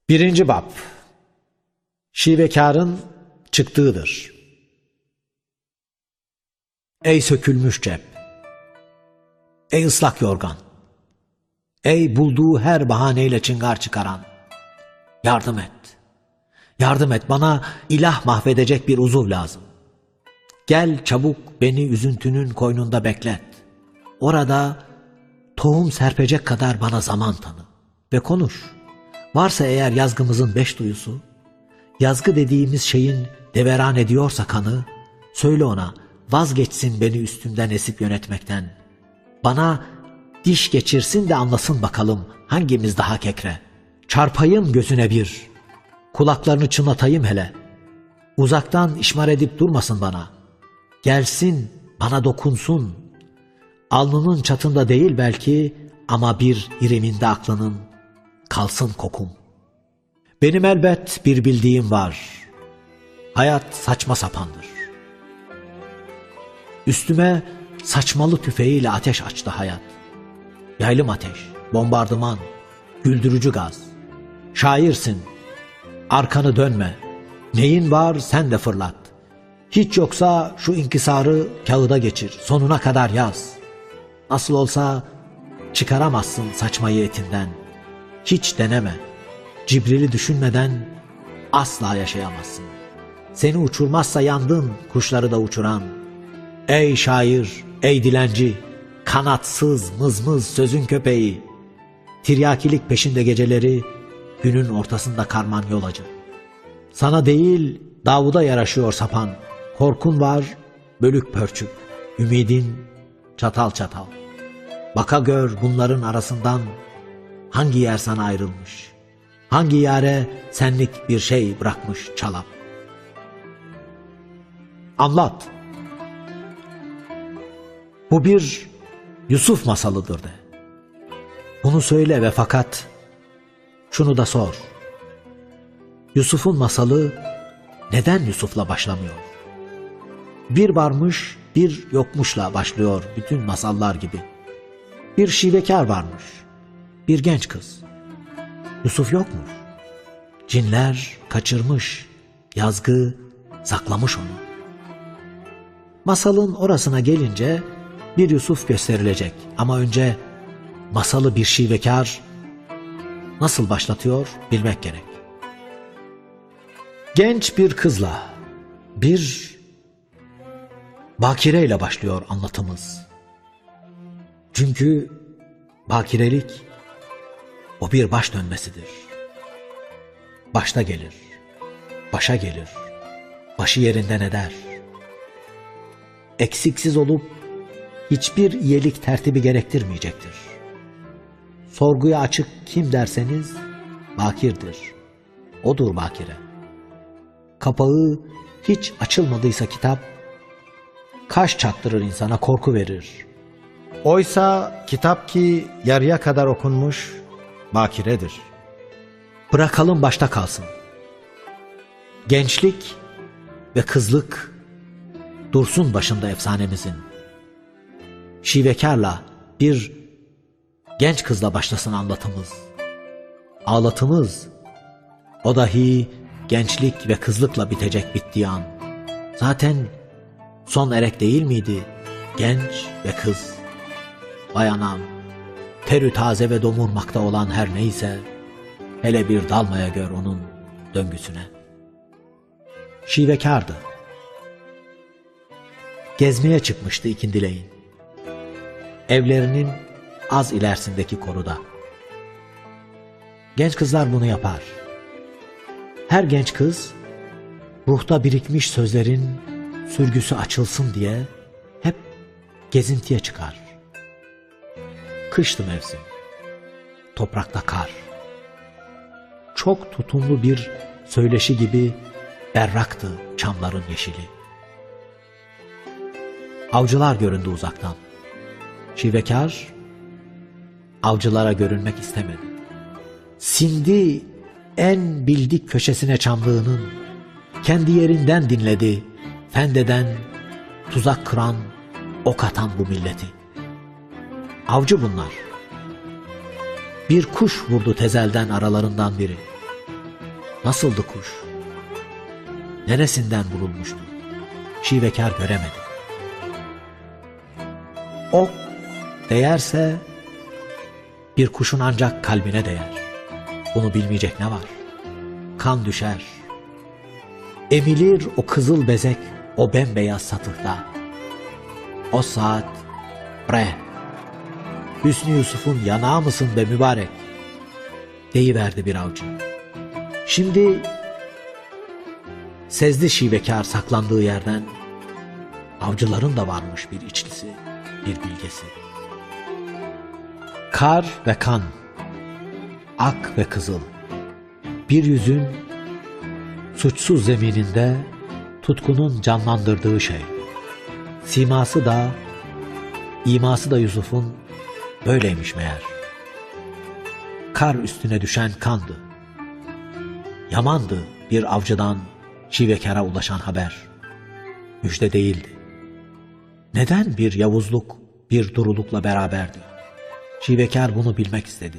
Birinci bab. Şivekârın çıktığıdır. Ey sökülmüş cep! Ey ıslak yorgan! Ey bulduğu her bahaneyle çıngar çıkaran! Yardım et! Yardım et, bana ilah mahvedecek bir uzuv lazım. Gel çabuk beni üzüntünün koynunda beklet. Orada tohum serpecek kadar bana zaman tanı ve konuş. Varsa eğer yazgımızın 5 duyusu, yazgı dediğimiz şeyin deveran ediyorsa kanı, söyle ona vazgeçsin beni üstümden esip yönetmekten. Bana diş geçirsin de anlasın bakalım hangimiz daha kekre. Çarpayım gözüne bir, kulaklarını çınlatayım hele. Uzaktan işmar edip durmasın bana. Gelsin bana dokunsun. Alnının çatında değil belki ama bir iriminde aklının kalsın kokum. Benim elbet bir bildiğim var. Hayat saçma sapandır. Üstüme saçmalı tüfeğiyle ateş açtı hayat. Yaylım ateş, bombardıman, güldürücü gaz. Şairsin, arkanı dönme. Neyin var sen de fırlat. Hiç yoksa şu inkisarı kağıda geçir, sonuna kadar yaz. Nasıl olsa çıkaramazsın saçmayı etinden. Hiç deneme. Cibril'i düşünmeden asla yaşayamazsın. Seni uçurmazsa yandın kuşları da uçuran. Ey şair, ey dilenci, kanatsız mızmız sözün köpeği. Tiryakilik peşinde geceleri, günün ortasında karman yolacı. Sana değil Davud'a yaraşıyor sapan. Korkun var bölük pörçük, ümidin çatal çatal. Baka gör bunların arasından hangi yer sana ayrılmış, hangi yare senlik bir şey bırakmış çalap. Anlat. Bu bir Yusuf masalıdır de. Bunu söyle ve fakat şunu da sor. Yusuf'un masalı neden Yusuf'la başlamıyor? Bir varmış, bir yokmuşla başlıyor bütün masallar gibi. Bir şivekar varmış, bir genç kız. Yusuf yokmuş. Cinler kaçırmış, yazgı saklamış onu. Masalın orasına gelince bir Yusuf gösterilecek ama önce masalı bir şivekar nasıl başlatıyor bilmek gerek. Genç bir kızla, bir bakireyle başlıyor anlatımız. Çünkü bakirelik o bir baş dönmesidir. Başta gelir, başa gelir, başı yerinden eder. Eksiksiz olup hiçbir iyilik tertibi gerektirmeyecektir. Sorguya açık kim derseniz bakirdir. Odur bakire. Kapağı hiç açılmadıysa kitap, kaş çattırır insana, korku verir. Oysa kitap ki yarıya kadar okunmuş, bakiredir. Bırakalım başta kalsın. Gençlik ve kızlık dursun başında efsanemizin. Şivekarla bir genç kızla başlasın anlatımız. Ağlatımız, o dahi gençlik ve kızlıkla bitecek bittiği an. Zaten son erek değil miydi genç ve kız? Vay anam, terü taze ve domurmakta olan her neyse, hele bir dalmaya gör onun döngüsüne. Şivekardı. Gezmeye çıkmıştı ikindileyin. Evlerinin az ilerisindeki koruda. Genç kızlar bunu yapar. Her genç kız ruhta birikmiş sözlerin sürgüsü açılsın diye hep gezintiye çıkar. Kıştı mevsim. Toprakta kar. Çok tutumlu bir söyleşi gibi berraktı çamların yeşili. Avcılar göründü uzaktan. Şivekar avcılara görünmek istemedi. Sindi en bildik köşesine çamlığının, kendi yerinden dinledi fendeden, tuzak kıran, ok atan bu milleti. Avcı bunlar. Bir kuş vurdu tezelden aralarından biri. Nasıldı kuş? Neresinden vurulmuştu? Şivekar göremedi. Ok değerse bir kuşun ancak kalbine değer. Bunu bilmeyecek ne var? Kan düşer. Emilir o kızıl bezek o bembeyaz satıhta. O saat bre. Hüsnü Yusuf'un yanağı mısın be mübarek? Deyiverdi bir avcı. Şimdi sezdi şivekar saklandığı yerden. Avcıların da varmış bir içlisi, bir bilgesi. Kar ve kan, ak ve kızıl, bir yüzün suçsuz zemininde tutkunun canlandırdığı şey. Siması da, iması da Yusuf'un böyleymiş meğer. Kar üstüne düşen kandı. Yamandı bir avcıdan şivekara ulaşan haber. Müjde değildi. Neden bir yavuzluk, bir durulukla beraberdi? Şivekar bunu bilmek istedi.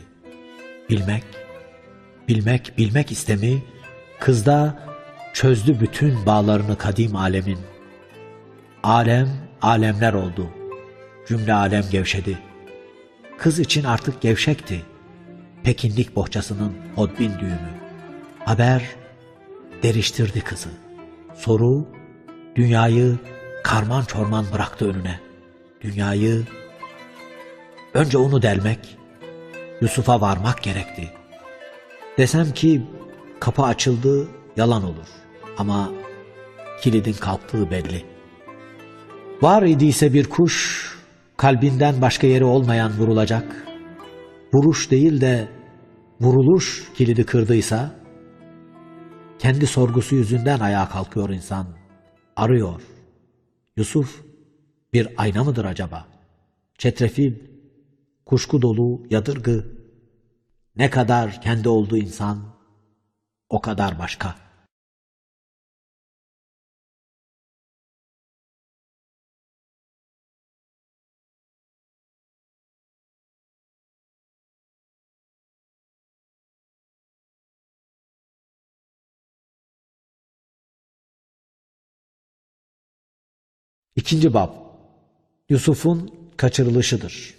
Bilmek istemi, kızda çözdü bütün bağlarını kadim alemin. Alem, alemler oldu. Cümle alem gevşedi. Kız için artık gevşekti. Pekinlik bohçasının hodbin düğümü. Haber deriştirdi kızı. Soru, dünyayı karman çorman bıraktı önüne. Dünyayı, önce onu delmek, Yusuf'a varmak gerekti. Desem ki kapı açıldı, yalan olur. Ama kilidin kalktığı belli. Var idiyse bir kuş, kalbinden başka yeri olmayan vurulacak. Vuruş değil de vuruluş kilidi kırdıysa, kendi sorgusu yüzünden ayağa kalkıyor insan. Arıyor. Yusuf bir ayna mıdır acaba? Çetrefil, kuşku dolu, yadırgı. Ne kadar kendi olduğu insan, o kadar başka. İkinci bab, Yusuf'un kaçırılışıdır.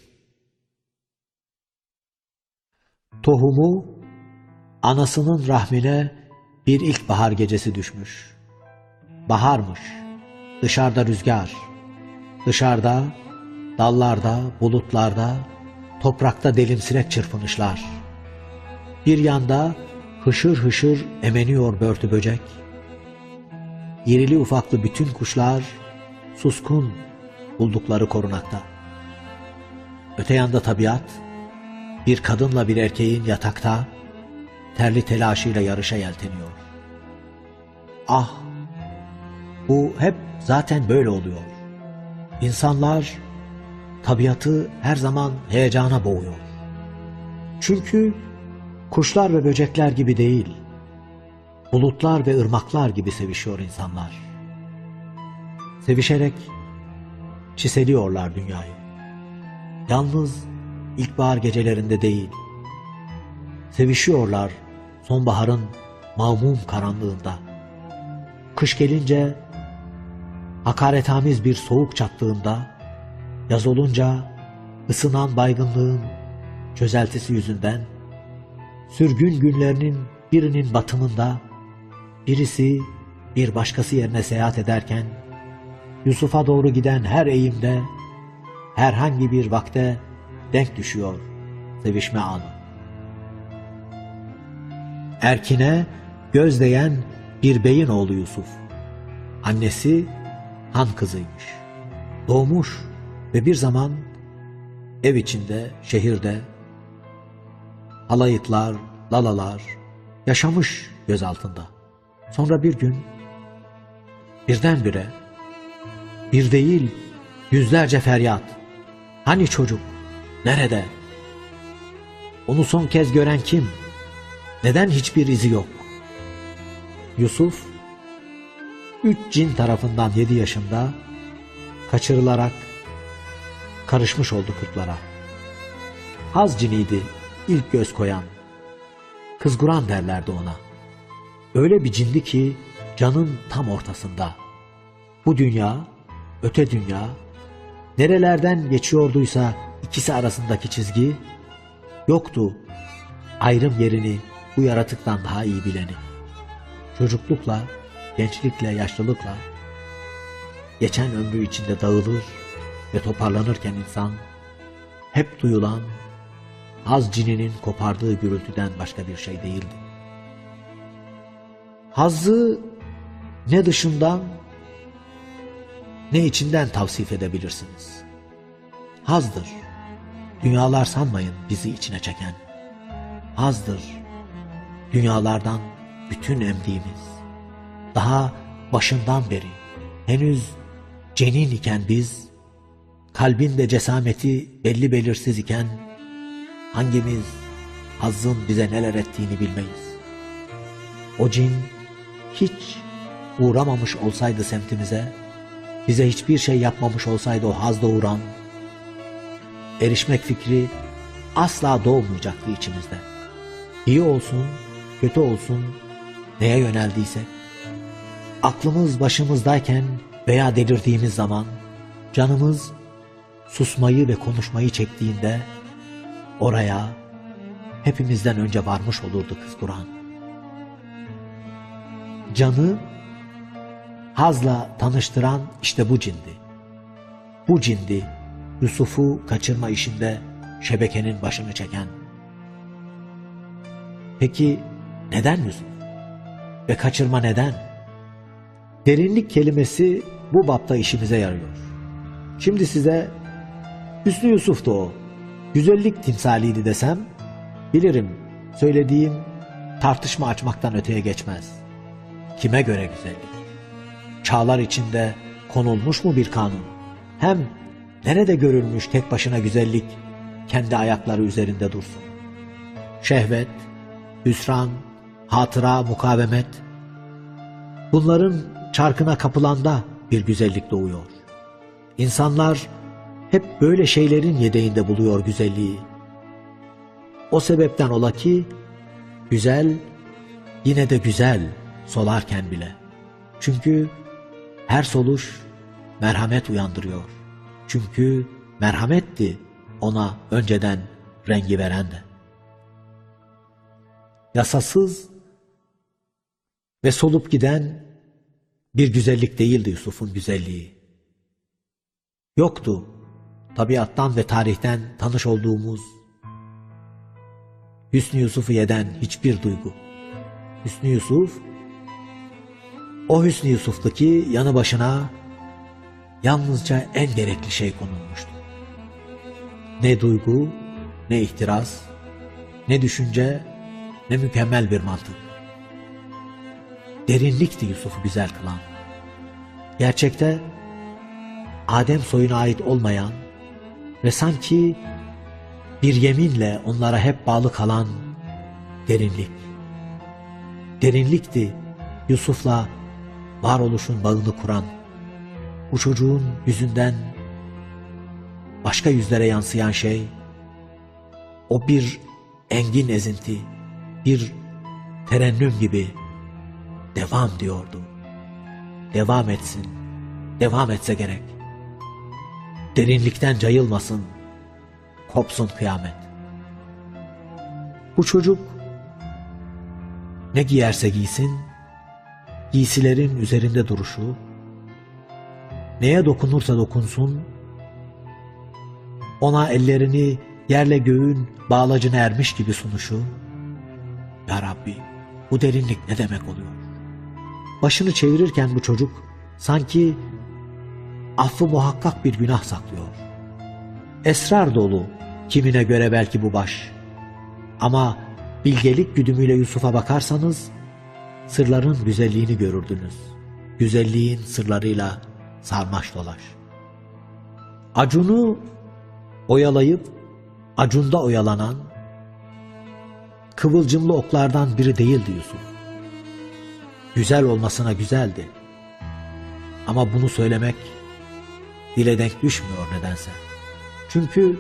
Tohumu anasının rahmine bir ilkbahar gecesi düşmüş. Baharmış, dışarıda rüzgar, dışarıda, dallarda, bulutlarda, toprakta delimsirek çırpınışlar. Bir yanda hışır hışır emeniyor börtü böcek. İrili ufaklı bütün kuşlar suskun buldukları korunakta. Öte yanda tabiat, bir kadınla bir erkeğin yatakta, terli telaşıyla yarışa yelteniyor. Ah! Bu hep zaten böyle oluyor. İnsanlar tabiatı her zaman heyecana boğuyor. Çünkü kuşlar ve böcekler gibi değil, bulutlar ve ırmaklar gibi sevişiyor insanlar. Sevişerek çiseliyorlar dünyayı. Yalnız ilkbahar gecelerinde değil, sevişiyorlar sonbaharın mağmum karanlığında. Kış gelince hakaretamiz bir soğuk çattığında, yaz olunca ısınan baygınlığın çözeltisi yüzünden, sürgün günlerinin birinin batımında, birisi bir başkası yerine seyahat ederken, Yusuf'a doğru giden her eğimde, herhangi bir vakte denk düşüyor sevişme anı. Erkine göz değen bir beyin oğlu Yusuf. Annesi han kızıymış. Doğmuş ve bir zaman ev içinde, şehirde halayıklar, lalalar yaşamış göz altında. Sonra bir gün birdenbire bir değil yüzlerce feryat. Hani çocuk? Nerede? Onu son kez gören kim? Neden hiçbir izi yok? Yusuf 3 cin tarafından 7 yaşında kaçırılarak karışmış oldu kırklara. Haz ciniydi ilk göz koyan. Kızguran derlerdi ona. Öyle bir cindi ki canın tam ortasında. Bu dünya, öte dünya, nerelerden geçiyorduysa ikisi arasındaki çizgi, yoktu ayrım yerini bu yaratıktan daha iyi bileni. Çocuklukla, gençlikle, yaşlılıkla, geçen ömrü içinde dağılır ve toparlanırken insan, hep duyulan, haz cininin kopardığı gürültüden başka bir şey değildi. Hazzı ne dışından ne içinden tavsif edebilirsiniz. Hazdır. Dünyalar sanmayın bizi içine çeken. Hazdır. Dünyalardan bütün emdiğimiz. Daha başından beri henüz cenin iken biz, kalbin de cesameti belli belirsiz iken, hangimiz hazzın bize neler ettiğini bilmeyiz. O cin hiç uğramamış olsaydı semtimize, bize hiçbir şey yapmamış olsaydı o haz doğuran, erişmek fikri asla doğmayacaktı içimizde. İyi olsun, kötü olsun, neye yöneldiysek, aklımız başımızdayken veya delirdiğimiz zaman, canımız susmayı ve konuşmayı çektiğinde, oraya hepimizden önce varmış olurdu kız Kur'an. Canı hazla tanıştıran işte bu cindi. Bu cindi Yusuf'u kaçırma işinde şebekenin başını çeken. Peki neden Yusuf? Ve kaçırma neden? Derinlik kelimesi bu bapta işimize yarıyor. Şimdi size Hüsnü Yusuf'tu o, güzellik timsaliydi desem, bilirim söylediğim tartışma açmaktan öteye geçmez. Kime göre güzellik? Çağlar içinde konulmuş mu bir kanun? Hem nerede görülmüş tek başına güzellik kendi ayakları üzerinde dursun? Şehvet, hüsran, hatıra, mukavemet, bunların çarkına kapılanda bir güzellik doğuyor. İnsanlar hep böyle şeylerin yedeğinde buluyor güzelliği. O sebepten ola ki güzel yine de güzel solarken bile. Çünkü her soluş merhamet uyandırıyor. Çünkü merhametti ona önceden rengi veren de. Yasasız ve solup giden bir güzellik değildi Yusuf'un güzelliği. Yoktu tabiattan ve tarihten tanış olduğumuz Hüsnü Yusuf'u yeden hiçbir duygu. Hüsnü Yusuf, o Hüsnü Yusuf'tu ki yanı başına yalnızca en gerekli şey konulmuştu. Ne duygu, ne ihtiras, ne düşünce, ne mükemmel bir mantık. Derinlikti Yusuf'u güzel kılan. Gerçekte Adem soyuna ait olmayan ve sanki bir yeminle onlara hep bağlı kalan derinlik. Derinlikti Yusuf'la varoluşun bağını kuran, bu çocuğun yüzünden başka yüzlere yansıyan şey, o bir engin ezinti, bir terennüm gibi devam diyordu. Devam etsin, devam etse gerek. Derinlikten cayılmasın, kopsun kıyamet. Bu çocuk ne giyerse giysin, giysilerin üzerinde duruşu, neye dokunursa dokunsun, ona ellerini yerle göğün bağlacına ermiş gibi sunuşu, ya Rabbi bu derinlik ne demek oluyor? Başını çevirirken bu çocuk sanki affı muhakkak bir günah saklıyor. Esrar dolu kimine göre belki bu baş. Ama bilgelik güdümüyle Yusuf'a bakarsanız sırların güzelliğini görürdünüz. Güzelliğin sırlarıyla sarmaş dolaş. Acun'u oyalayıp Acun'da oyalanan kıvılcımlı oklardan biri değildi Yusuf. Güzel olmasına güzeldi. Ama bunu söylemek dile denk düşmüyor nedense. Çünkü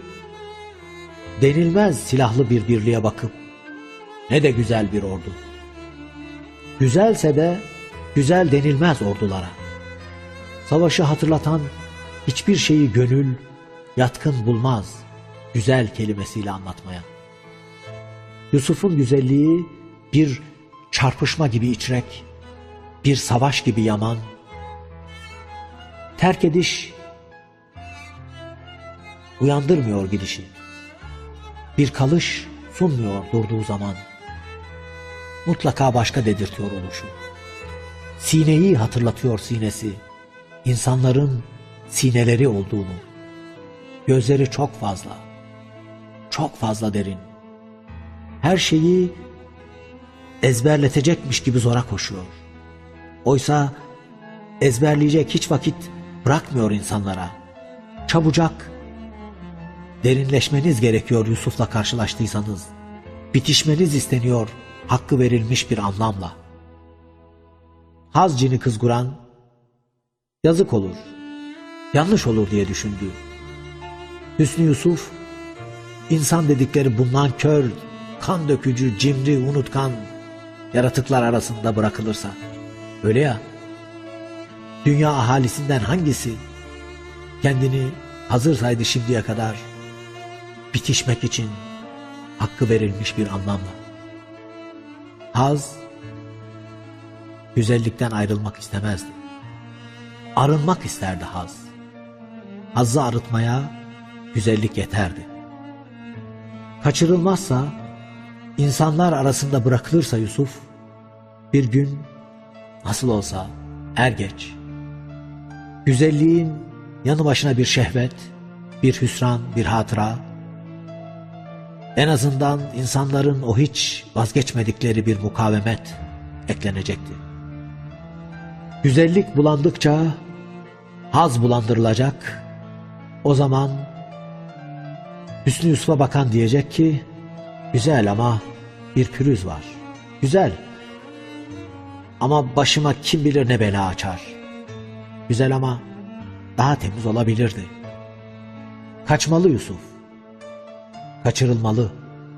denilmez silahlı bir birliğe bakıp ne de güzel bir ordu. Güzelse de güzel denilmez ordulara. Savaşı hatırlatan hiçbir şeyi gönül yatkın bulmaz güzel kelimesiyle anlatmaya. Yusuf'un güzelliği bir çarpışma gibi içrek, bir savaş gibi yaman, terk ediş uyandırmıyor gidişi, bir kalış sunmuyor durduğu zaman, mutlaka başka dedirtiyor oluşu. Sineyi hatırlatıyor sinesi, insanların sineleri olduğunu. Gözleri çok fazla, çok fazla derin. Her şeyi ezberletecekmiş gibi zora koşuyor. Oysa ezberleyecek hiç vakit bırakmıyor insanlara. Çabucak derinleşmeniz gerekiyor Yusuf'la karşılaştıysanız. Bitişmeniz isteniyor hakkı verilmiş bir anlamla. Haz cini kızguran, yazık olur, yanlış olur diye düşündü. Hüsnü Yusuf, insan dedikleri bundan kör, kan dökücü, cimri, unutkan yaratıklar arasında bırakılırsa, öyle ya, dünya ahalisinden hangisi kendini hazır saydı şimdiye kadar bitişmek için hakkı verilmiş bir anlamla? Haz, güzellikten ayrılmak istemezdi. Arınmak isterdi haz. Hazzı arıtmaya güzellik yeterdi. Kaçırılmazsa, insanlar arasında bırakılırsa Yusuf, bir gün nasıl olsa er geç, güzelliğin yanı başına bir şehvet, bir hüsran, bir hatıra, en azından insanların o hiç vazgeçmedikleri bir mukavemet eklenecekti. Güzellik bulandıkça haz bulandırılacak. O zaman Hüsnü Yusuf'a bakan diyecek ki, güzel ama bir pürüz var. Güzel ama başıma kim bilir ne bela açar. Güzel ama daha temiz olabilirdi. Kaçmalı Yusuf. Kaçırılmalı.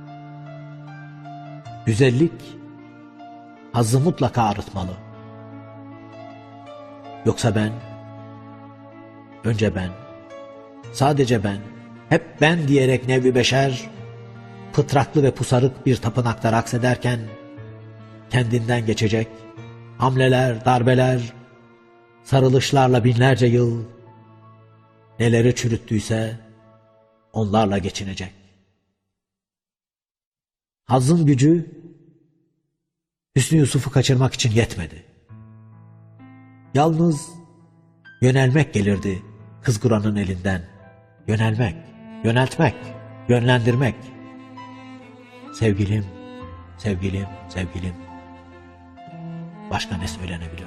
Güzellik hazzı mutlaka arıtmalı. Yoksa ben, önce ben, sadece ben, hep ben diyerek nevi beşer, pıtraklı ve pusarık bir tapınakta raks ederken, kendinden geçecek, hamleler, darbeler, sarılışlarla binlerce yıl, neleri çürüttüyse onlarla geçinecek. Hazzın gücü Hüsnü Yusuf'u kaçırmak için yetmedi. Yalnız yönelmek gelirdi kızguranın elinden. Yönelmek, yöneltmek, yönlendirmek. Sevgilim, sevgilim, sevgilim. Başka ne söylenebilir?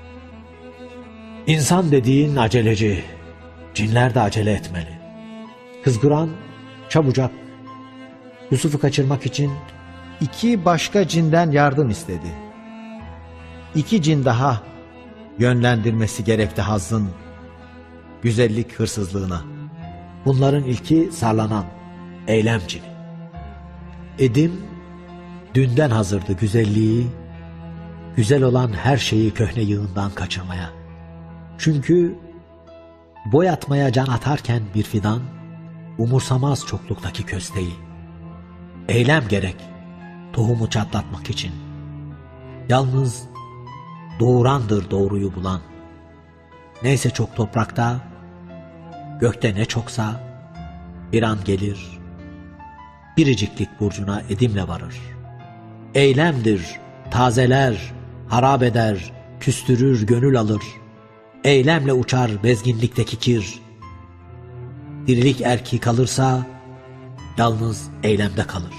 İnsan dediğin aceleci, cinler de acele etmeli. Kızguran çabucak Yusuf'u kaçırmak için 2 başka cinden yardım istedi. 2 cin daha yönlendirmesi gerekti hazzın güzellik hırsızlığına. Bunların ilki sarlanan eylem cini. Edim dünden hazırdı güzelliği, güzel olan her şeyi köhne yığından kaçırmaya. Çünkü boyatmaya can atarken bir fidan umursamaz çokluktaki kösteği. Eylem gerek tohumu çatlatmak için. Yalnız doğurandır doğruyu bulan. Neyse çok toprakta, gökte ne çoksa bir an gelir, biriciklik burcuna edimle varır. Eylemdir, tazeler, harap eder, küstürür, gönül alır. Eylemle uçar bezginlikteki kir. Dirilik erki kalırsa yalnız eylemde kalır.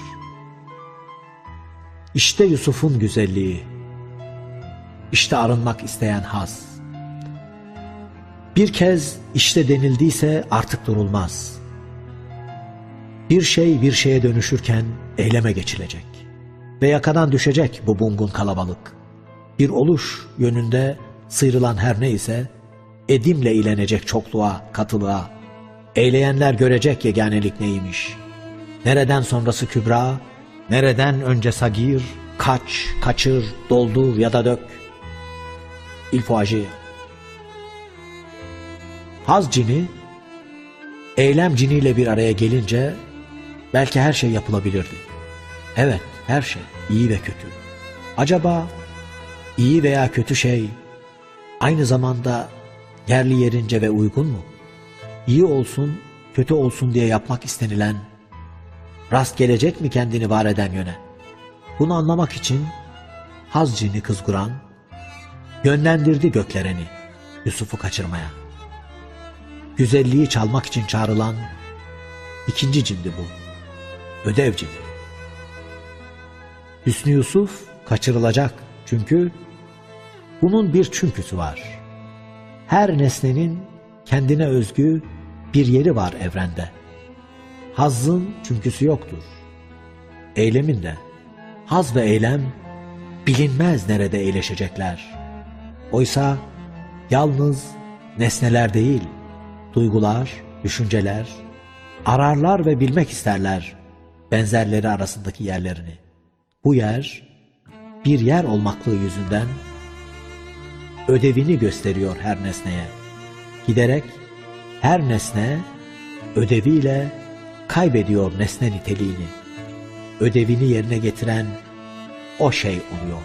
İşte Yusuf'un güzelliği, işte arınmak isteyen haz. Bir kez işte denildiyse artık durulmaz. Bir şey bir şeye dönüşürken eyleme geçilecek ve yakadan düşecek bu bungun kalabalık. Bir oluş yönünde sıyrılan her neyse edimle ilenecek çokluğa, katılığa. Eyleyenler görecek yeganelik neymiş. Nereden sonrası kübra, nereden önce sagir, Kaç, kaçır, doldur ya da dök. Il faut agir. Haz cini, eylem ciniyle bir araya gelince belki her şey yapılabilirdi. Evet, her şey, iyi ve kötü. Acaba iyi veya kötü şey aynı zamanda yerli yerince ve uygun mu? İyi olsun, kötü olsun diye yapmak istenilen, rast gelecek mi kendini var eden yöne? Bunu anlamak için haz cini kızguran, yönlendirdi göklereni Yusuf'u kaçırmaya. Güzelliği çalmak için çağrılan ikinci cindi bu, ödev cini. Hüsnü Yusuf kaçırılacak çünkü bunun bir çünküsü var. Her nesnenin kendine özgü bir yeri var evrende. Hazzın çünküsü yoktur. Eylemin de. Haz ve eylem bilinmez nerede eğleşecekler. Oysa yalnız nesneler değil, duygular, düşünceler, ararlar ve bilmek isterler benzerleri arasındaki yerlerini. Bu yer, bir yer olmaklığı yüzünden ödevini gösteriyor her nesneye. Giderek her nesne ödeviyle kaybediyor nesne niteliğini. Ödevini yerine getiren o şey oluyor.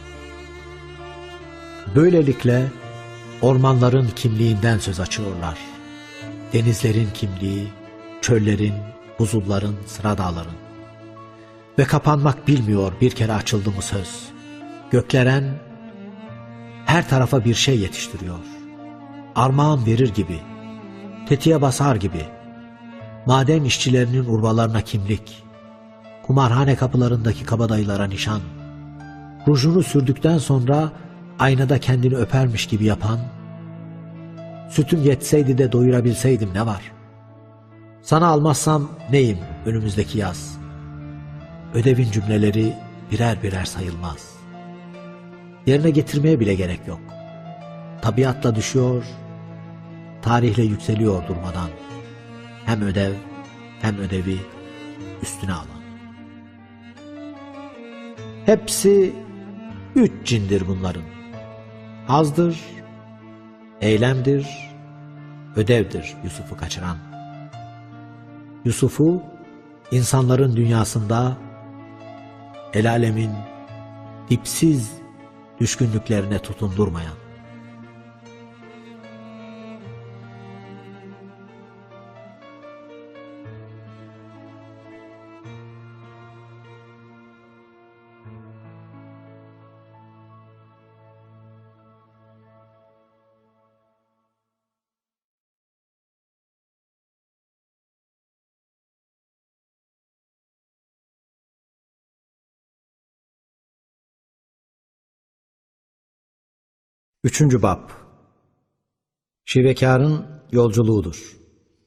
Böylelikle ormanların kimliğinden söz açıyorlar. Denizlerin kimliği, çöllerin, buzulların, sıra dağların. Ve kapanmak bilmiyor bir kere açıldı mı söz. Gökleren her tarafa bir şey yetiştiriyor. Armağan verir gibi, tetiğe basar gibi, maden işçilerinin urbalarına kimlik, kumarhane kapılarındaki kabadayılara nişan, rujunu sürdükten sonra aynada kendini öpermiş gibi yapan, sütüm yetseydi de doyurabilseydim ne var? Sana almazsam neyim önümüzdeki yaz? Ödevin cümleleri birer birer sayılmaz. Yerine getirmeye bile gerek yok. Tabiatla düşüyor, tarihle yükseliyor durmadan. Hem ödev hem ödevi üstüne alan. Hepsi üç cindir bunların. Hazdır, eylemdir, ödevdir Yusuf'u kaçıran. Yusuf'u insanların dünyasında el alemin dipsiz düşkünlüklerine tutundurmayan. Üçüncü bab. Şivekarın yolculuğudur.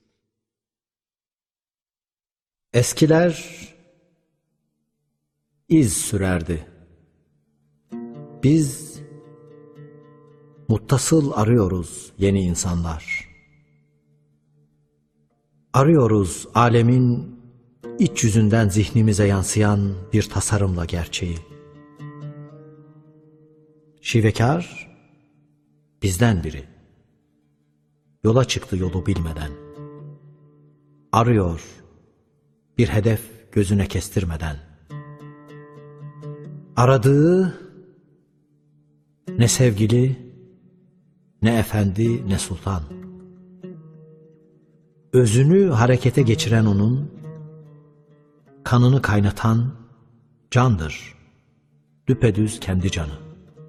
Eskiler iz sürerdi. Biz muttasıl arıyoruz yeni insanlar. Arıyoruz alemin iç yüzünden zihnimize yansıyan bir tasarımla gerçeği. Şivekar bizden biri. Yola çıktı yolu bilmeden. Arıyor bir hedef gözüne kestirmeden. Aradığı ne sevgili, ne efendi, ne sultan. Özünü harekete geçiren onun, kanını kaynatan candır, düpedüz kendi canı.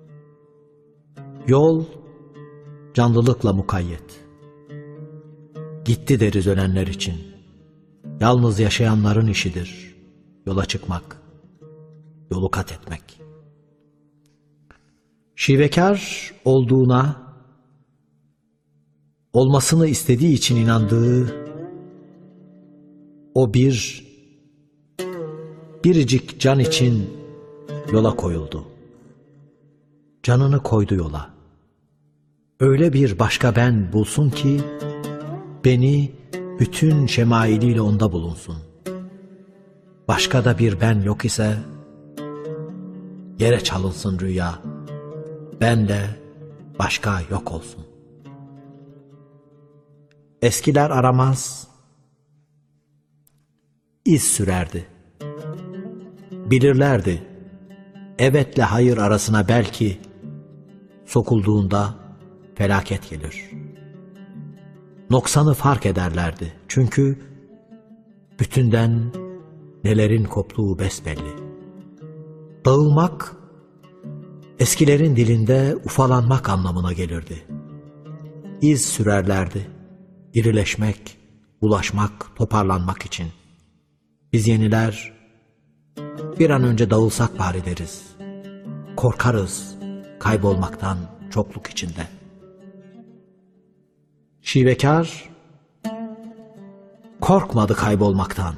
Yol canlılıkla mukayyet. Gitti deriz ölenler için. Yalnız yaşayanların işidir yola çıkmak, yolu kat etmek. Şivekar olduğuna, olmasını istediği için inandığı o biricik can için yola koyuldu. Canını koydu yola. Öyle bir başka ben bulsun ki beni bütün şemailiyle onda bulunsun. Başka da bir ben yok ise Yere çalınsın rüya, ben de başka yok olsun. Eskiler aramaz, iz sürerdi. Bilirlerdi, evetle hayır arasına belki sokulduğunda felaket gelir. Noksanı fark ederlerdi. Çünkü bütünden nelerin koptuğu besbelli. Dağılmak, eskilerin dilinde ufalanmak anlamına gelirdi. İz sürerlerdi. İrileşmek, ulaşmak, toparlanmak için. Biz yeniler bir an önce dağılsak bari deriz. Korkarız kaybolmaktan çokluk içinde. Şivekar korkmadı kaybolmaktan.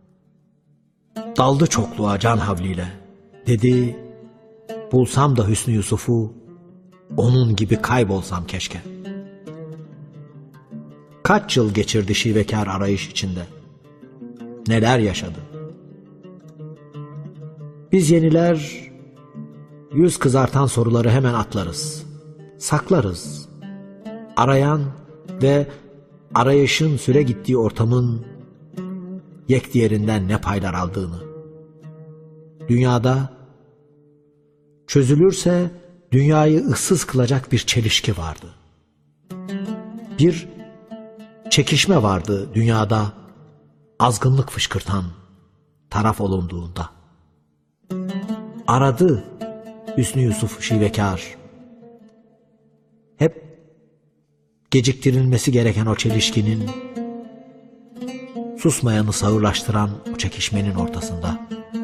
Daldı çokluğa can havliyle. Dedi, bulsam da Hüsnü Yusuf'u, onun gibi kaybolsam keşke. Kaç yıl geçirdi şivekar arayış içinde. Neler yaşadı. Biz yeniler yüz kızartan soruları hemen atlarız. Saklarız. Arayan ve arayışın süre gittiği ortamın yek diğerinden ne paylar aldığını. Dünyada çözülürse dünyayı ıssız kılacak bir çelişki vardı. Bir çekişme vardı dünyada, azgınlık fışkırtan taraf olunduğunda. Aradı Hüsnü Yusuf şivekar. Hep geciktirilmesi gereken o çelişkinin, susmayanı sağırlaştıran o çekişmenin ortasında.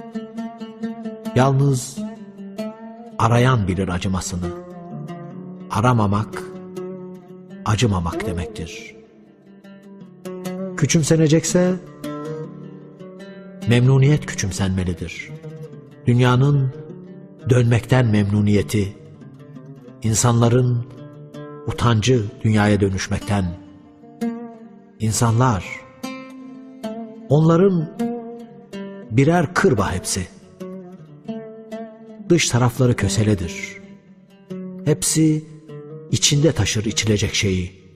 Yalnız arayan bilir acımasını. Aramamak, acımamak demektir. Küçümsenecekse memnuniyet küçümsenmelidir. Dünyanın dönmekten memnuniyeti, insanların utancı dünyaya dönüşmekten. İnsanlar, onların birer kırba hepsi. Dış tarafları köseledir. Hepsi içinde taşır içilecek şeyi.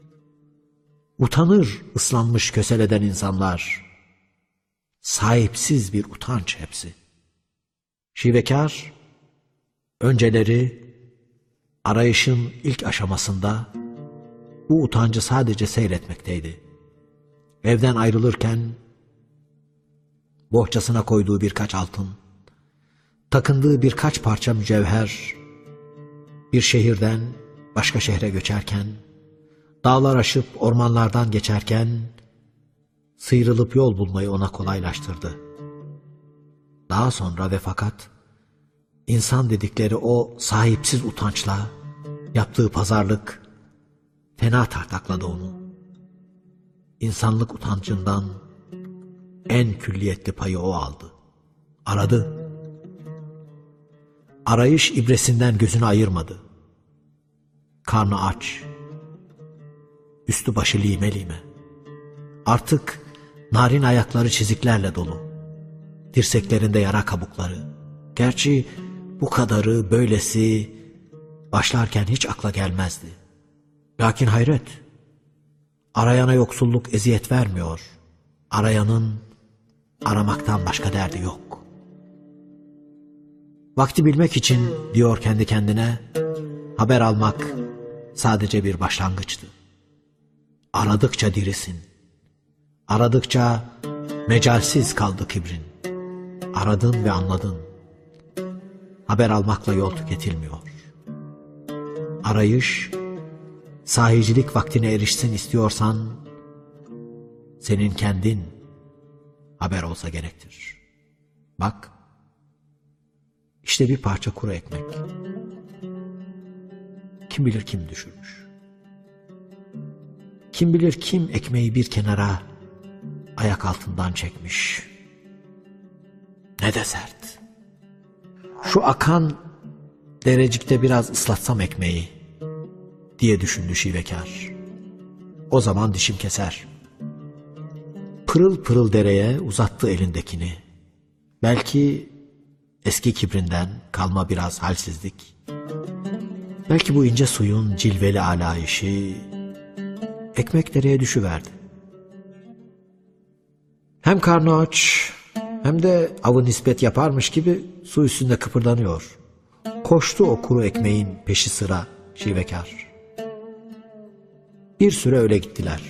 Utanır ıslanmış köseleden insanlar. Sahipsiz bir utanç hepsi. Şivekar, önceleri arayışın ilk aşamasında bu utancı sadece seyretmekteydi. Evden ayrılırken bohçasına koyduğu birkaç altın, takındığı birkaç parça mücevher, bir şehirden başka şehre göçerken, dağlar aşıp ormanlardan geçerken, sıyrılıp yol bulmayı ona kolaylaştırdı. Daha sonra ve fakat, insan dedikleri o sahipsiz utançla yaptığı pazarlık fena tartakladı onu. İnsanlık utancından en külliyetli payı o aldı. Aradı. Arayış ibresinden gözünü ayırmadı. Karnı aç, üstü başı lime lime. Artık narin ayakları çiziklerle dolu. Dirseklerinde yara kabukları. Gerçi bu kadarı, böylesi başlarken hiç akla gelmezdi. Lakin hayret, arayana yoksulluk eziyet vermiyor. Arayanın aramaktan başka derdi yok. Vakti bilmek için, diyor kendi kendine, haber almak sadece bir başlangıçtı. Aradıkça dirisin. Aradıkça mecalsiz kaldı kibrin. Aradın ve anladın. Haber almakla yol tüketilmiyor. Arayış, sahicilik vaktine erişsin istiyorsan, senin kendin haber olsa gerektir. Bak, işte bir parça kuru ekmek. Kim bilir kim düşürmüş. Kim bilir kim ekmeği bir kenara ayak altından çekmiş. Ne de sert. Şu akan derecikte biraz ıslatsam ekmeği diye düşündü şivekar. O zaman dişim keser. Pırıl pırıl dereye uzattı elindekini. Belki eski kibrinden kalma biraz halsizlik. Belki bu ince suyun cilveli alayişi ekmek dereye düşüverdi. Hem karnı aç hem de avı nispet yaparmış gibi su üstünde kıpırdanıyor. Koştu o kuru ekmeğin peşi sıra şivekar. Bir süre öyle gittiler.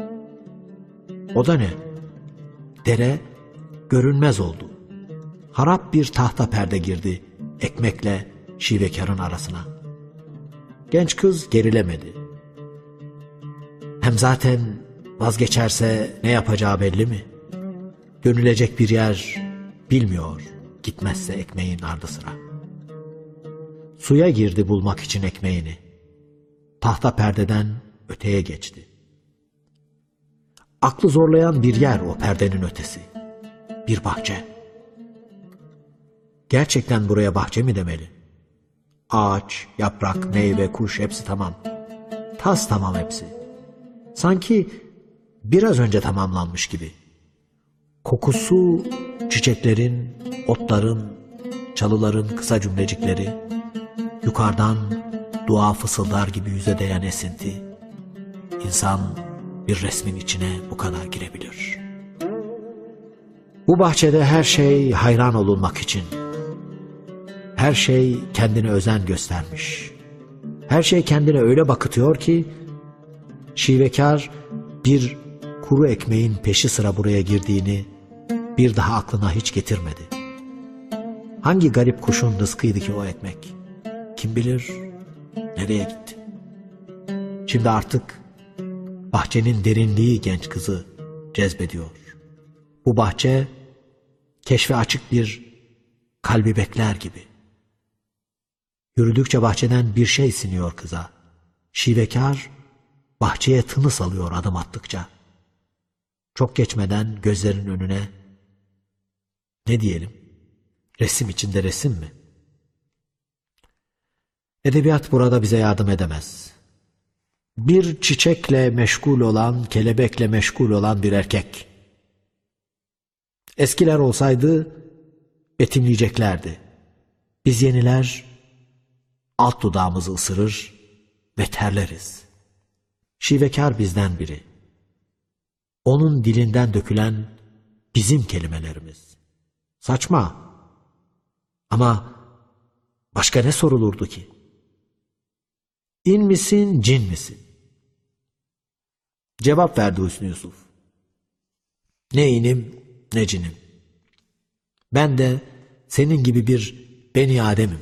O da ne? Dere görünmez oldu. Harap bir tahta perde girdi ekmekle şivekarın arasına. Genç kız gerilemedi. Hem zaten vazgeçerse ne yapacağı belli mi? Dönülecek bir yer bilmiyor gitmezse ekmeğin ardı sıra. Suya girdi bulmak için ekmeğini. Tahta perdeden öteye geçti. Aklı zorlayan bir yer o perdenin ötesi. Bir bahçe. Gerçekten buraya bahçe mi demeli? Ağaç, yaprak, meyve, kuş hepsi tamam. Tas tamam hepsi. Sanki biraz önce tamamlanmış gibi. Kokusu çiçeklerin, otların, çalıların kısa cümlecikleri, yukarıdan dua fısıldar gibi yüze değen esinti. İnsan bir resmin içine bu kadar girebilir. Bu bahçede her şey hayran olunmak için. Her şey kendine özen göstermiş. Her şey kendine öyle bakıtıyor ki şivekar bir kuru ekmeğin peşi sıra buraya girdiğini bir daha aklına hiç getirmedi. Hangi garip kuşun rızkıydı ki o ekmek? Kim bilir nereye gitti? Şimdi artık bahçenin derinliği genç kızı cezbediyor. Bu bahçe keşfe açık bir kalbi bekler gibi. Yürüdükçe bahçeden bir şey siniyor kıza. Şivekar bahçeye tınıs alıyor adım attıkça. Çok geçmeden gözlerinin önüne ne diyelim? Resim içinde resim mi? Edebiyat burada bize yardım edemez. Bir çiçekle meşgul olan, kelebekle meşgul olan bir erkek. Eskiler olsaydı betimleyeceklerdi. Biz yeniler alt dudağımızı ısırır ve terleriz. Şivekar bizden biri. Onun dilinden dökülen bizim kelimelerimiz. Saçma. Ama başka ne sorulurdu ki? İn misin, cin misin? Cevap verdi Hüsnü Yusuf. Ne inim, ne cinim. Ben de senin gibi bir Beni Adem'im.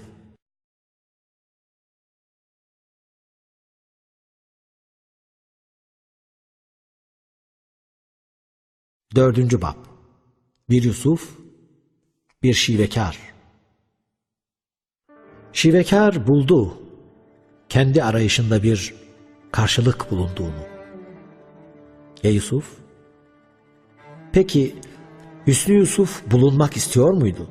Dördüncü bab. Bir Yusuf, bir şivekar. Şivekar buldu kendi arayışında bir karşılık bulunduğunu. Ya Yusuf? Peki Hüsnü Yusuf bulunmak istiyor muydu?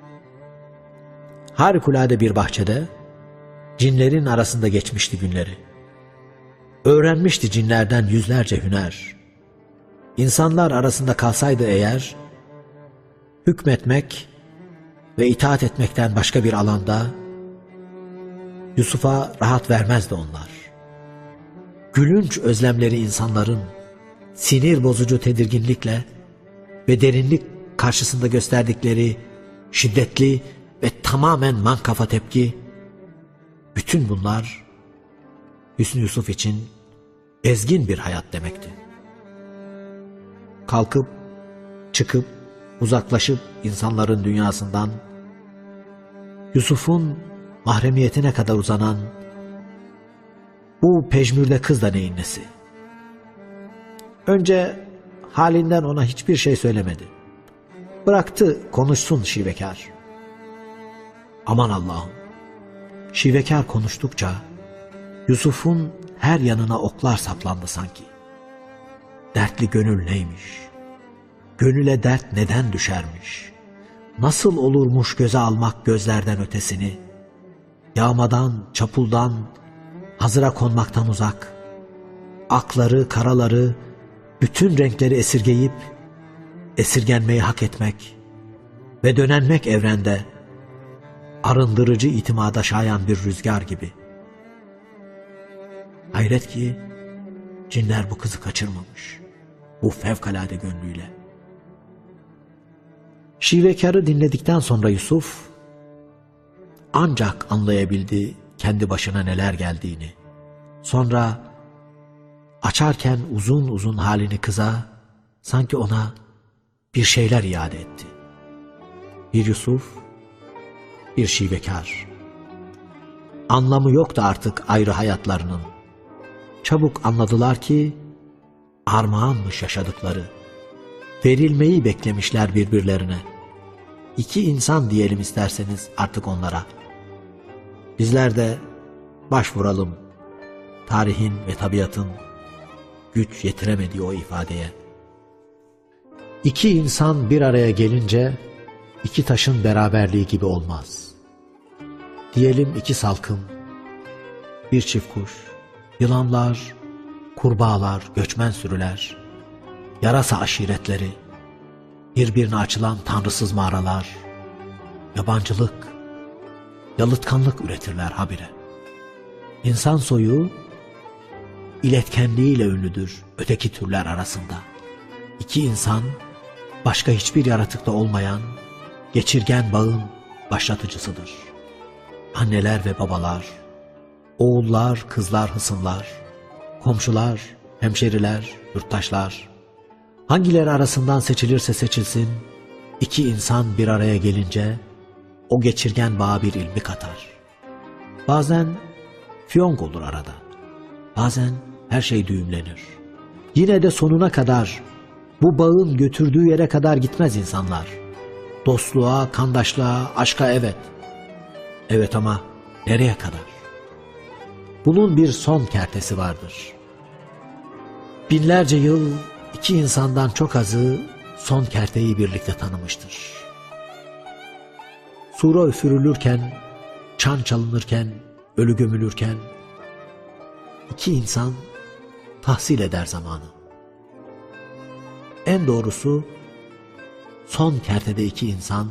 Harikulade bir bahçede cinlerin arasında geçmişti günleri. Öğrenmişti cinlerden yüzlerce hüner. İnsanlar arasında kalsaydı eğer, hükmetmek ve itaat etmekten başka bir alanda Yusuf'a rahat vermezdi onlar. Gülünç özlemleri insanların sinir bozucu tedirginlikle ve derinlik karşısında gösterdikleri şiddetli ve tamamen mankafa tepki, bütün bunlar Hüsnü Yusuf için ezgin bir hayat demekti. Kalkıp, çıkıp, uzaklaşıp insanların dünyasından Yusuf'un mahremiyetine kadar uzanan bu pejmürde kız da neyin nesi? Önce halinden ona hiçbir şey söylemedi. Bıraktı konuşsun şivekar. Aman Allah'ım! Şivekar konuştukça Yusuf'un her yanına oklar saplandı sanki. Dertli gönül neymiş? Gönüle dert neden düşermiş? Nasıl olurmuş göze almak gözlerden ötesini? Yağmadan, çapuldan, hazıra konmaktan uzak. Akları, karaları, bütün renkleri esirgeyip, esirgenmeyi hak etmek ve dönenmek evrende arındırıcı itimada şayan bir rüzgar gibi. Hayret ki cinler bu kızı kaçırmamış, bu fevkalade gönlüyle. Şivekarı dinledikten sonra Yusuf ancak anlayabildi kendi başına neler geldiğini. Sonra açarken uzun uzun halini kıza, sanki ona bir şeyler iade etti. Bir Yusuf, bir şivekar. Anlamı yoktu artık ayrı hayatlarının. Çabuk anladılar ki armağanmış yaşadıkları. Verilmeyi beklemişler birbirlerine. İki insan diyelim isterseniz artık onlara. Bizler de başvuralım tarihin ve tabiatın güç yetiremediği o ifadeye. İki insan bir araya gelince iki taşın beraberliği gibi olmaz. Diyelim iki salkım, bir çift kuş, yılanlar, kurbağalar, göçmen sürüler, yarasa aşiretleri, birbirine açılan tanrısız mağaralar, yabancılık, yalıtkanlık üretirler habire. İnsan soyu iletkenliğiyle ünlüdür öteki türler arasında. İki insan başka hiçbir yaratıkta olmayan geçirgen bağın başlatıcısıdır. Anneler ve babalar, oğullar, kızlar, hısımlar, komşular, hemşeriler, yurttaşlar, hangileri arasından seçilirse seçilsin, iki insan bir araya gelince o geçirgen bağa bir ilmi katar. Bazen fiyonk olur arada, bazen her şey düğümlenir. Yine de sonuna kadar, bu bağın götürdüğü yere kadar gitmez insanlar. Dostluğa, kandaşlığa, aşka evet. Evet ama nereye kadar? Bunun bir son kertesi vardır. Binlerce yıl iki insandan çok azı son kerteyi birlikte tanımıştır. Sura üfürülürken, çan çalınırken, ölü gömülürken iki insan tahsil eder zamanı. En doğrusu son kertede iki insan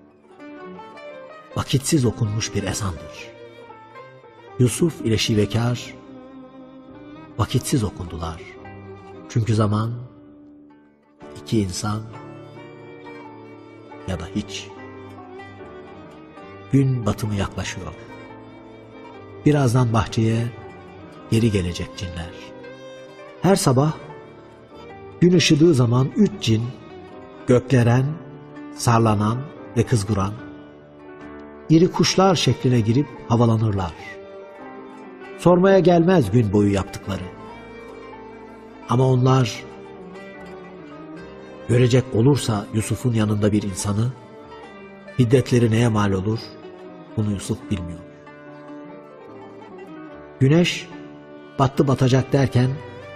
vakitsiz okunmuş bir ezandır. Yusuf ile şivekar vakitsiz okundular. Çünkü zaman iki insan ya da hiç. Gün batımı yaklaşıyor. Birazdan bahçeye geri gelecek cinler. Her sabah gün ışıdığı zaman üç cin, gökleren, sarlanan ve kızguran, iri kuşlar şekline girip havalanırlar. Sormaya gelmez gün boyu yaptıkları. Ama onlar görecek olursa Yusuf'un yanında bir insanı, hiddetleri neye mal olur, bunu Yusuf bilmiyor. Güneş battı batacak derken,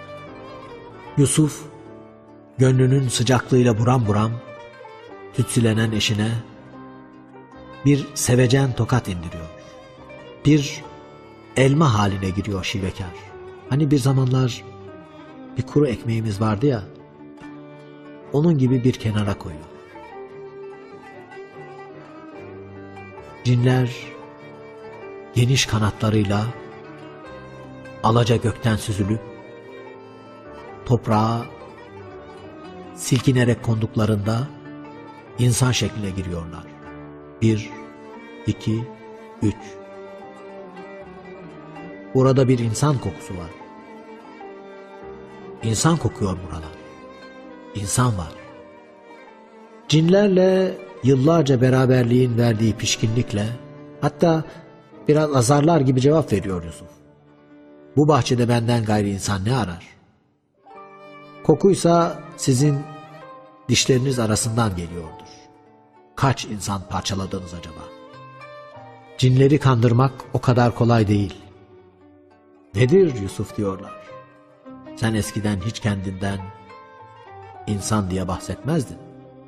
Yusuf gönlünün sıcaklığıyla buram buram tütsülenen eşine bir sevecen tokat indiriyor. Bir elma haline giriyor şivekar. Hani bir zamanlar bir kuru ekmeğimiz vardı ya, onun gibi bir kenara koyuyor. Cinler geniş kanatlarıyla alaca gökten süzülüp toprağa silkinerek konduklarında insan şekline giriyorlar. 1, 2, 3. Burada bir insan kokusu var. İnsan kokuyor buralar. İnsan var. Cinlerle yıllarca beraberliğin verdiği pişkinlikle, hatta biraz azarlar gibi cevap veriyor Yusuf. Bu bahçede benden gayri insan ne arar? Kokuysa sizin dişleriniz arasından geliyordur. Kaç insan parçaladınız acaba? Cinleri kandırmak o kadar kolay değil. Nedir Yusuf diyorlar. Sen eskiden hiç kendinden insan diye bahsetmezdin.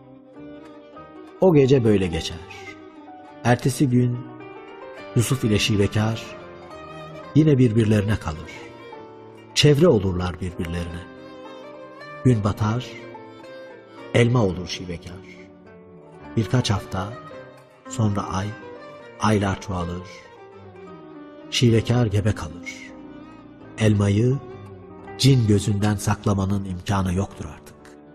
O gece böyle geçer. Ertesi gün Yusuf ile şivekar yine birbirlerine kalır. Çevre olurlar birbirlerine. Gün batar, elma olur şivekar. Birkaç hafta, sonra ay, aylar çoğalır, şivekar gebe kalır. Elmayı cin gözünden saklamanın imkanı yoktur artık.